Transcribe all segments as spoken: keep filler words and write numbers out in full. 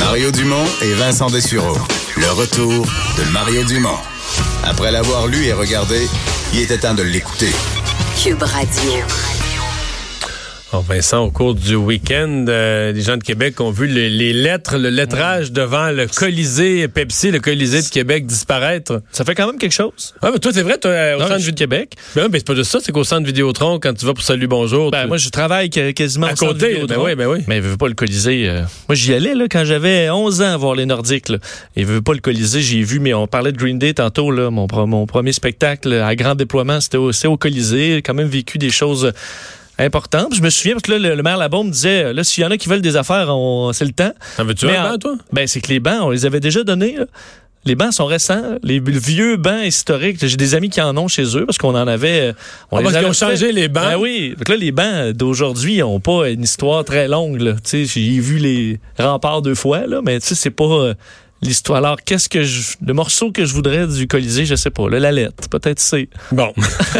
Mario Dumont et Vincent Dessureau. Le retour de Mario Dumont. Après l'avoir lu et regardé, il était temps de l'écouter. Cube Radio. Alors Vincent, au cours du week-end, euh, les gens de Québec ont vu les, les lettres, le lettrage devant le Colisée Pepsi, le Colisée de Québec disparaître. Ça fait quand même quelque chose. Ouais, mais toi, c'est vrai, toi, au non, centre de Québec. Ben, ben, c'est pas juste ça, c'est qu'au centre Vidéotron, quand tu vas pour Salut Bonjour. Ben, tu... moi, je travaille quasiment à au centre côté. Vidéotron. Ben oui, ben oui. Mais il veut pas le Colisée. Euh... Moi, j'y allais là quand j'avais onze ans voir les Nordiques. Là. Il veut pas le Colisée. J'y ai vu, mais on parlait de Green Day tantôt. Là, mon, mon premier spectacle à grand déploiement, c'était au, c'était au Colisée. J'ai quand même vécu des choses important. Puis je me souviens, parce que là, le, le maire Labaume disait, là, s'il y en a qui veulent des affaires, on, c'est le temps. En veux-tu un banc, toi? Ben, c'est que les bancs, on les avait déjà donnés, là. Les bancs sont récents. Les vieux bancs historiques, j'ai des amis qui en ont chez eux, parce qu'on en avait... On ah, les parce avait qu'ils ont changé fait. les bancs? Ben oui. Donc là, les bancs d'aujourd'hui n'ont pas une histoire très longue, là. Tu sais, j'ai vu les remparts deux fois, là, mais tu sais, c'est pas... Euh, l'histoire. Alors, qu'est-ce que je... Le morceau que je voudrais du Colisée, je sais pas. Là, la lettre, peut-être c'est... Bon.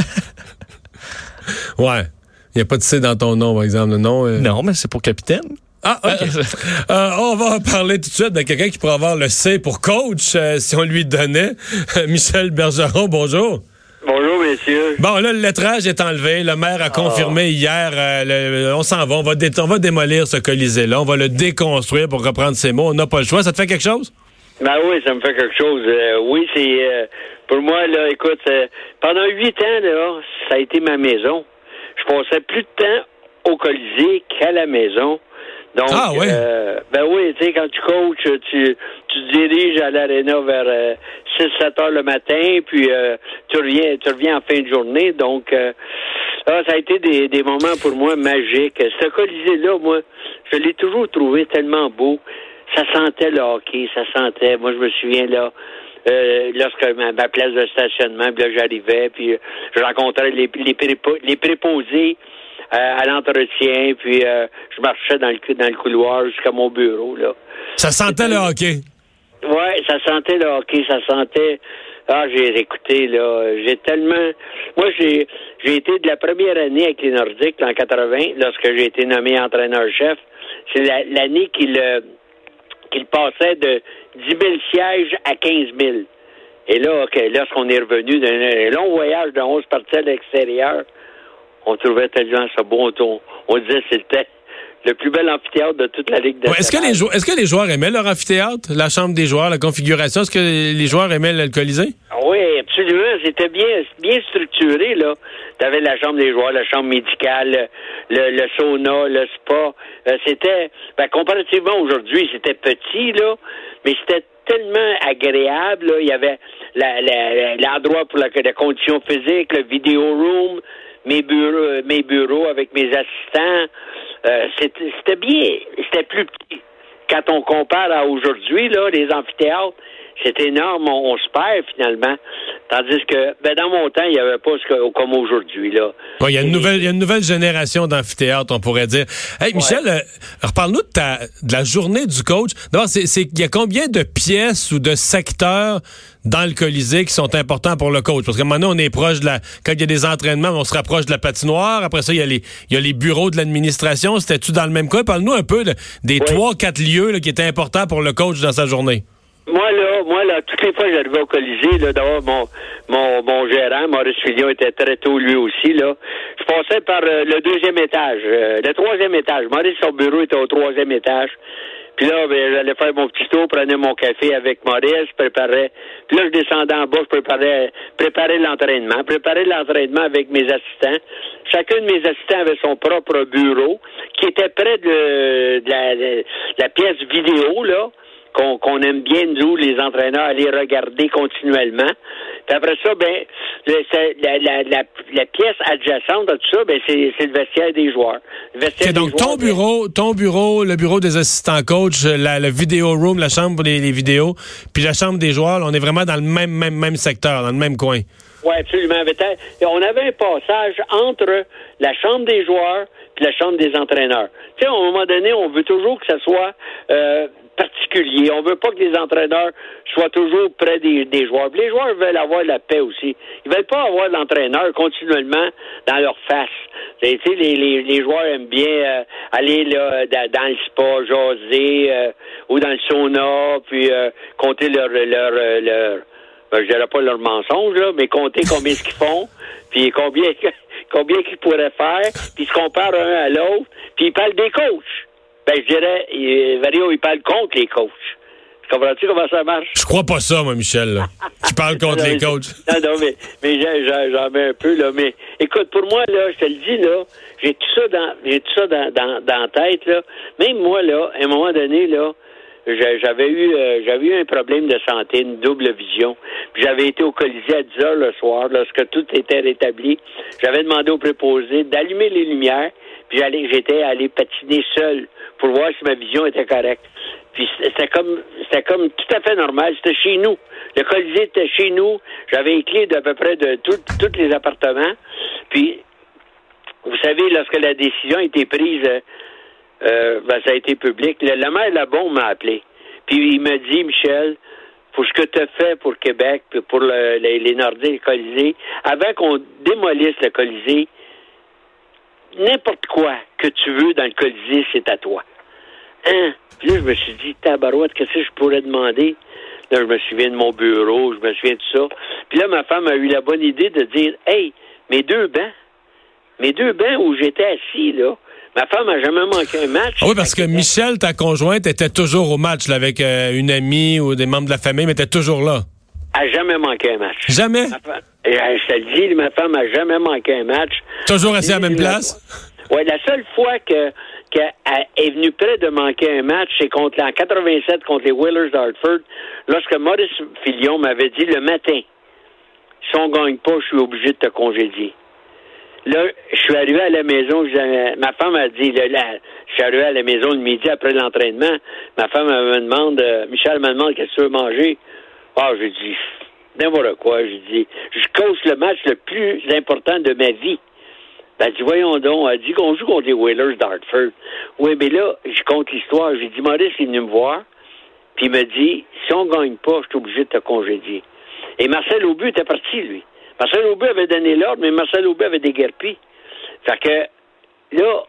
Ouais. Il n'y a pas de C dans ton nom, par exemple. Le nom, euh... Non, mais c'est pour capitaine. Ah, OK. euh, on va parler tout de suite de quelqu'un qui pourrait avoir le C pour coach, euh, si on lui donnait. Michel Bergeron, bonjour. Bonjour, messieurs. Bon, là, le lettrage est enlevé. Le maire a confirmé oh. hier, euh, le, on s'en va, on va, dé- on va démolir ce Colisée-là. On va le déconstruire, pour reprendre ses mots. On n'a pas le choix. Ça te fait quelque chose? Ben oui, ça me fait quelque chose. Euh, oui, c'est... Euh, pour moi, là, écoute, euh, pendant huit ans, là, ça a été ma maison. Je passais plus de temps au Colisée qu'à la maison. Donc, ah, ouais. euh, ben oui, tu sais, quand tu coaches, tu, tu te diriges à l'aréna vers euh, six sept heures le matin, puis euh, tu reviens tu reviens en fin de journée. Donc, euh, ah, ça a été des, des moments pour moi magiques. Ce Colisée-là, moi, je l'ai toujours trouvé tellement beau. Ça sentait le hockey, ça sentait... Moi, je me souviens, là... Euh, lorsque ma, ma place de stationnement, puis là, j'arrivais, puis euh, je rencontrais les, les, prépo, les préposés euh, à l'entretien, puis euh, je marchais dans le, dans le couloir jusqu'à mon bureau, là. Ça sentait C'était, le hockey? Ouais, ça sentait le hockey, ça sentait... Ah, j'ai écouté, là, j'ai tellement... Moi, j'ai j'ai été de la première année avec les Nordiques, en quatre-vingts, lorsque j'ai été nommé entraîneur-chef. C'est la, l'année qu'il... Euh, qu'il passait de dix mille sièges à quinze mille. Et là, okay, lorsqu'on est revenu d'un long voyage de onze parties à l'extérieur, on trouvait tellement ça beau. On, on disait que c'était le plus bel amphithéâtre de toute la Ligue nationale. Ouais, est-ce que les jou- est-ce que les joueurs aimaient leur amphithéâtre, la chambre des joueurs, la configuration? Est-ce que les joueurs aimaient le Colisée? Oui, absolument. C'était bien, bien structuré, là. T'avais la chambre des joueurs, la chambre médicale, le, le sauna, le spa. Euh, c'était, ben, comparativement aujourd'hui, c'était petit, là, mais c'était tellement agréable, là. Il y avait la, la, l'endroit pour la, la condition physique, le vidéo room, mes bureaux, mes bureaux avec mes assistants. Euh, c'était, c'était bien, c'était plus petit. Quand on compare à aujourd'hui, là, les amphithéâtres, c'est énorme, on, on se perd finalement. Tandis que, ben, dans mon temps, il n'y avait pas ce que, comme aujourd'hui, là. Ouais, il y a une nouvelle, il y a une nouvelle génération d'amphithéâtres, on pourrait dire. Hey, Michel, ouais. euh, reparle-nous de ta, de la journée du coach. D'abord, c'est, c'est, il y a combien de pièces ou de secteurs dans le Colisée qui sont importants pour le coach? Parce que maintenant, on est proche de la, quand il y a des entraînements, on se rapproche de la patinoire. Après ça, il y a les, il y a les bureaux de l'administration. C'était-tu dans le même cas? Parle-nous un peu de, des trois, ouais. quatre lieux, là, qui étaient importants pour le coach dans sa journée. Moi, là, moi, là, toutes les fois que j'arrivais au Colisée, là, d'abord, mon, mon, mon gérant, Maurice Fillon, était très tôt, lui aussi, là. Je passais par euh, le deuxième étage, euh, le troisième étage. Maurice, son bureau était au troisième étage. Puis là, ben, j'allais faire mon petit tour, prenais mon café avec Maurice, préparais. Puis là, je descendais en bas, je préparais, préparais l'entraînement. Préparais l'entraînement avec mes assistants. Chacun de mes assistants avait son propre bureau, qui était près de, de, la, de la pièce vidéo, là. Qu'on, qu'on aime bien, nous, les entraîneurs, aller regarder continuellement. Puis après ça, ben, le, la, la, la, la pièce adjacente à tout ça, ben, c'est, c'est le vestiaire des joueurs. Le vestiaire okay, des donc, joueurs, ton bureau, ton bureau, le bureau des assistants coach, la, le vidéo room, la chambre pour les, les vidéos, puis la chambre des joueurs, là, on est vraiment dans le même, même, même secteur, dans le même coin. Oui, absolument. On avait un passage entre la chambre des joueurs puis la chambre des entraîneurs. Tu sais, à un moment donné, on veut toujours que ça soit... Euh, particulier. On veut pas que les entraîneurs soient toujours près des, des joueurs. Les joueurs veulent avoir la paix aussi. Ils veulent pas avoir l'entraîneur continuellement dans leur face. Tu sais, les, les, les joueurs aiment bien euh, aller là dans, dans le spa, jaser, euh, ou dans le sauna, puis euh, compter leur leur leur, leur ben, je dirais pas leur mensonge, là, mais compter combien ce qu'ils font, puis combien combien qu'ils pourraient faire, puis ils se comparent un à l'autre, puis ils parlent des coachs. Ben, je dirais, il, Mario, il parle contre les coachs. Comprends-tu comment ça marche? Je crois pas ça, moi, Michel, là. Qui parle contre les coachs. Non, non, mais, mais j'en, j'en mets un peu, là. Mais, écoute, pour moi, là, je te le dis, là, j'ai tout ça dans, j'ai tout ça dans, dans, dans la tête, là. Même moi, là, à un moment donné, là, j'avais eu, euh, j'avais eu un problème de santé, une double vision. Puis j'avais été au Colisée à dix heures le soir, lorsque tout était rétabli. J'avais demandé au préposé d'allumer les lumières, puis j'allais, j'étais allé patiner seul pour voir si ma vision était correcte. Puis c'était comme c'était comme tout à fait normal. C'était chez nous. Le Colisée était chez nous. J'avais les clés d'à peu près de tous les appartements. Puis, vous savez, lorsque la décision a été prise, euh, ben, ça a été public. Le, le maire Labon m'a appelé. Puis il m'a dit, Michel, pour ce que tu as fait pour Québec, puis pour le, les, les Nordiques, le Colisée, avant qu'on démolisse le Colisée, n'importe quoi que tu veux dans le Colisée, c'est à toi. Hein? Puis là, je me suis dit, tabarouette, qu'est-ce que je pourrais demander? Là, je me souviens de mon bureau, je me souviens de ça. Puis là, ma femme a eu la bonne idée de dire, hey, mes deux bancs, mes deux bancs où j'étais assis, là, ma femme n'a jamais manqué un match. Ah oui, parce que Michel, ta conjointe, était toujours au match là, avec euh, une amie ou des membres de la famille, mais était toujours là. Elle n'a jamais manqué un match. Jamais? Femme, je te le dis, ma femme n'a jamais manqué un match. Toujours assis à la même place? Oui, la seule fois que qu'elle est venue près de manquer un match, c'est contre en quatre-vingt-sept contre les Whalers d'Hartford, lorsque Maurice Filion m'avait dit le matin, si on ne gagne pas, je suis obligé de te congédier. Là, je suis arrivé à la maison, je, ma femme a dit, là, là, je suis arrivé à la maison le midi après l'entraînement, ma femme me demande, euh, Michel me demande qu'est-ce que tu veux manger. Ah, j'ai dit, n'importe quoi, j'ai dit, je coach le match le plus important de ma vie. Ben, elle dit, voyons donc, elle dit qu'on joue contre les Whalers d'Hartford. Oui, mais là, je compte l'histoire. J'ai dit, Maurice est venu me voir, puis il m'a dit, si on gagne pas, je suis obligé de te congédier. Et Marcel Aubu était parti, lui. Marcel Aubu avait donné l'ordre, mais Marcel Aubu avait déguerpi. Fait que, là,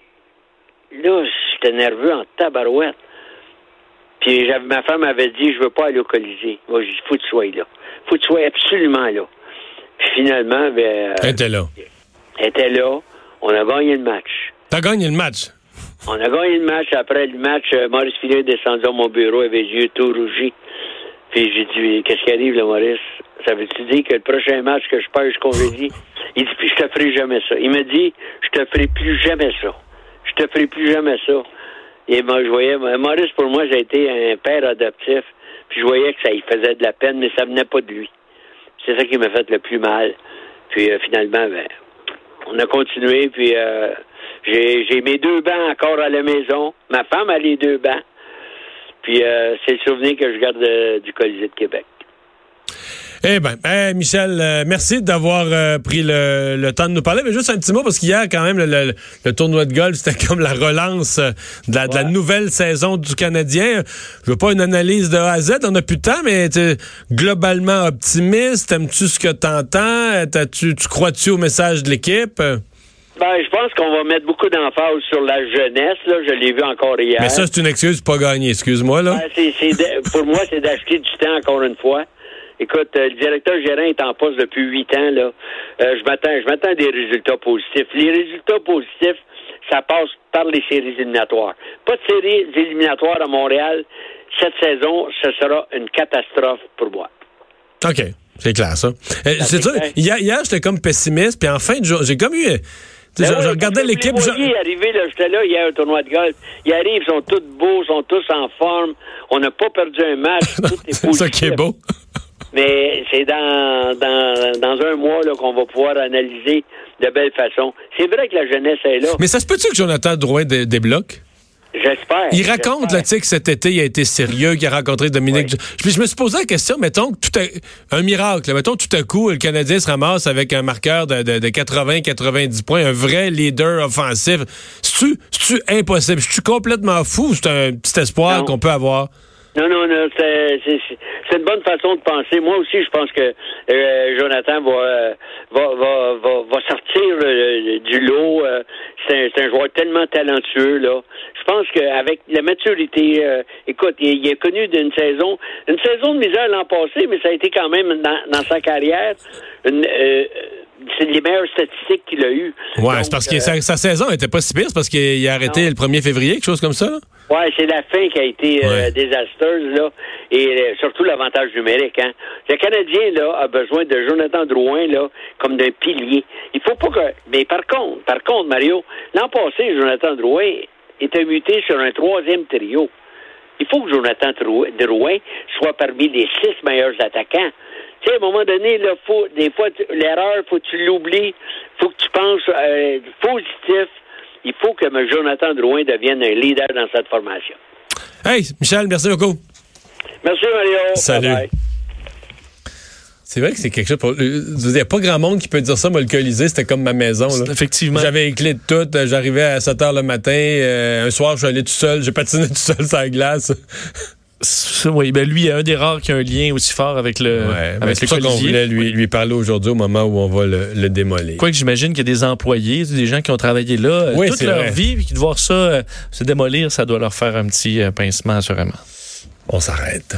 là, j'étais nerveux en tabarouette. Puis ma femme avait dit, je veux pas aller au Colisée. Moi, j'ai dit, faut que tu sois là. Faut que tu sois absolument là. Puis finalement, ben... Elle était là. était là. On a gagné le match. T'as gagné le match? On a gagné le match. Après le match, Maurice Filion est descendu à mon bureau, avait les yeux tout rougis. Puis j'ai dit, qu'est-ce qui arrive, là, Maurice? Ça veut-tu dire que le prochain match que je perds, je congédie? Il dit, puis je te ferai jamais ça. Il me dit, je te ferai plus jamais ça. Je te ferai plus jamais ça. Et moi, je voyais, Maurice, pour moi, j'ai été un père adoptif. Puis je voyais que ça lui faisait de la peine, mais ça venait pas de lui. C'est ça qui m'a fait le plus mal. Puis euh, finalement, ben, on a continué, puis euh, j'ai, j'ai mes deux bancs encore à la maison. Ma femme a les deux bancs. Puis euh, c'est le souvenir que je garde de, du Colisée de Québec. Eh bien, hey Michel, euh, merci d'avoir euh, pris le, le temps de nous parler. Mais juste un petit mot, parce qu'hier, quand même, le, le, le tournoi de golf, c'était comme la relance de la, ouais. de la nouvelle saison du Canadien. Je veux pas une analyse de A à Z, on n'a plus de temps, mais globalement optimiste. Aimes-tu ce que t'entends? T'as-tu, tu crois-tu au message de l'équipe? Ben, je pense qu'on va mettre beaucoup d'emphase sur la jeunesse. Là, je l'ai vu encore hier. Mais ça, c'est une excuse pour pas gagner. Excuse-moi, là. Ben, c'est, c'est de, pour moi, c'est d'acheter du temps, encore une fois. Écoute, euh, le directeur gérant est en poste depuis huit ans, là. Euh, je m'attends, je m'attends à des résultats positifs. Les résultats positifs, ça passe par les séries éliminatoires. Pas de séries éliminatoires à Montréal. Cette saison, ce sera une catastrophe pour moi. OK. C'est clair, ça. Euh, c'est ça. Hier, hier j'étais comme pessimiste, puis en fin de jour, j'ai comme eu... Ben je, oui, je regardais l'équipe. Je... est arrivé, là, j'étais là hier au tournoi de golf. Ils arrivent, ils sont tous beaux, ils sont tous en forme. On n'a pas perdu un match. Tout est c'est ça qui est beau. Mais c'est dans, dans, dans un mois là, qu'on va pouvoir analyser de belle façon. C'est vrai que la jeunesse est là. Mais ça se peut-tu que Jonathan Drouin dé- débloque? J'espère. Il raconte, là, tu sais, que cet été, il a été sérieux, qu'il a rencontré Dominique. Oui. Puis je me suis posé la question, mettons, que tout à, un miracle, là, mettons, tout à coup, le Canadien se ramasse avec un marqueur de, de, de quatre-vingts quatre-vingt-dix points, un vrai leader offensif. C'est-tu, c'est-tu impossible? Je suis complètement fou, c'est un petit espoir non. qu'on peut avoir. Non, non, non, c'est, c'est, c'est une bonne façon de penser. Moi aussi, je pense que euh, Jonathan va, euh, va, va, va, va sortir euh, du lot. Euh, c'est, un, c'est un joueur tellement talentueux, là. Je pense qu'avec la maturité, euh, écoute, il, il a connu d'une saison, une saison de misère l'an passé, mais ça a été quand même dans, dans sa carrière une... Euh, c'est les meilleures statistiques qu'il a eues. Ouais, donc, c'est parce que euh, sa, sa saison était pas si pire, c'est parce qu'il a arrêté non. le premier février, quelque chose comme ça, là? Ouais, c'est la fin qui a été euh, ouais. désastreuse, là, et euh, surtout l'avantage numérique, hein. Le Canadien, là, a besoin de Jonathan Drouin, là, comme d'un pilier. Il faut pas que... Mais par contre, par contre, Mario, l'an passé, Jonathan Drouin était muté sur un troisième trio. Il faut que Jonathan Drouin soit parmi les six meilleurs attaquants. Tu sais, à un moment donné, là, faut, des fois, tu, l'erreur, faut que tu l'oublies, faut que tu penses euh, positif. Il faut que Jonathan Drouin devienne un leader dans cette formation. Hey, Michel, merci beaucoup. Merci, Mario. Salut. Bye-bye. C'est vrai que c'est quelque chose pour... Il n'y a pas grand monde qui peut dire ça, moi, le Colisée, c'était comme ma maison. Là. Effectivement. J'avais les clés de tout. J'arrivais à sept heures le matin. Euh, un soir, je suis allé tout seul. J'ai patiné tout seul sur la glace. Oui, ben lui, il y a un des rares qui a un lien aussi fort avec le ouais, avec c'est ça qu'on voulait lui, lui parler aujourd'hui au moment où on va le, le démolir. Quoique j'imagine qu'il y a des employés, des gens qui ont travaillé là oui, toute leur vrai. vie, puis de voir ça euh, se démolir, ça doit leur faire un petit euh, pincement assurément. On s'arrête.